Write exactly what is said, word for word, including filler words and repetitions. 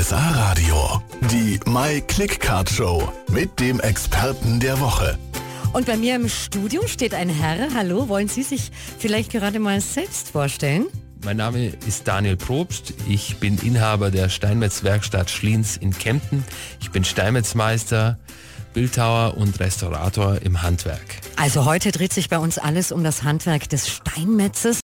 S A Radio, die My Click Card Show mit dem Experten der Woche. Und bei mir im Studio steht ein Herr. Hallo, wollen Sie sich vielleicht gerade mal selbst vorstellen? Mein Name ist Daniel Probst. Ich bin Inhaber der Steinmetz-Werkstatt Schliens in Kempten. Ich bin Steinmetzmeister, Bildhauer und Restaurator im Handwerk. Also heute dreht sich bei uns alles um das Handwerk des Steinmetzes.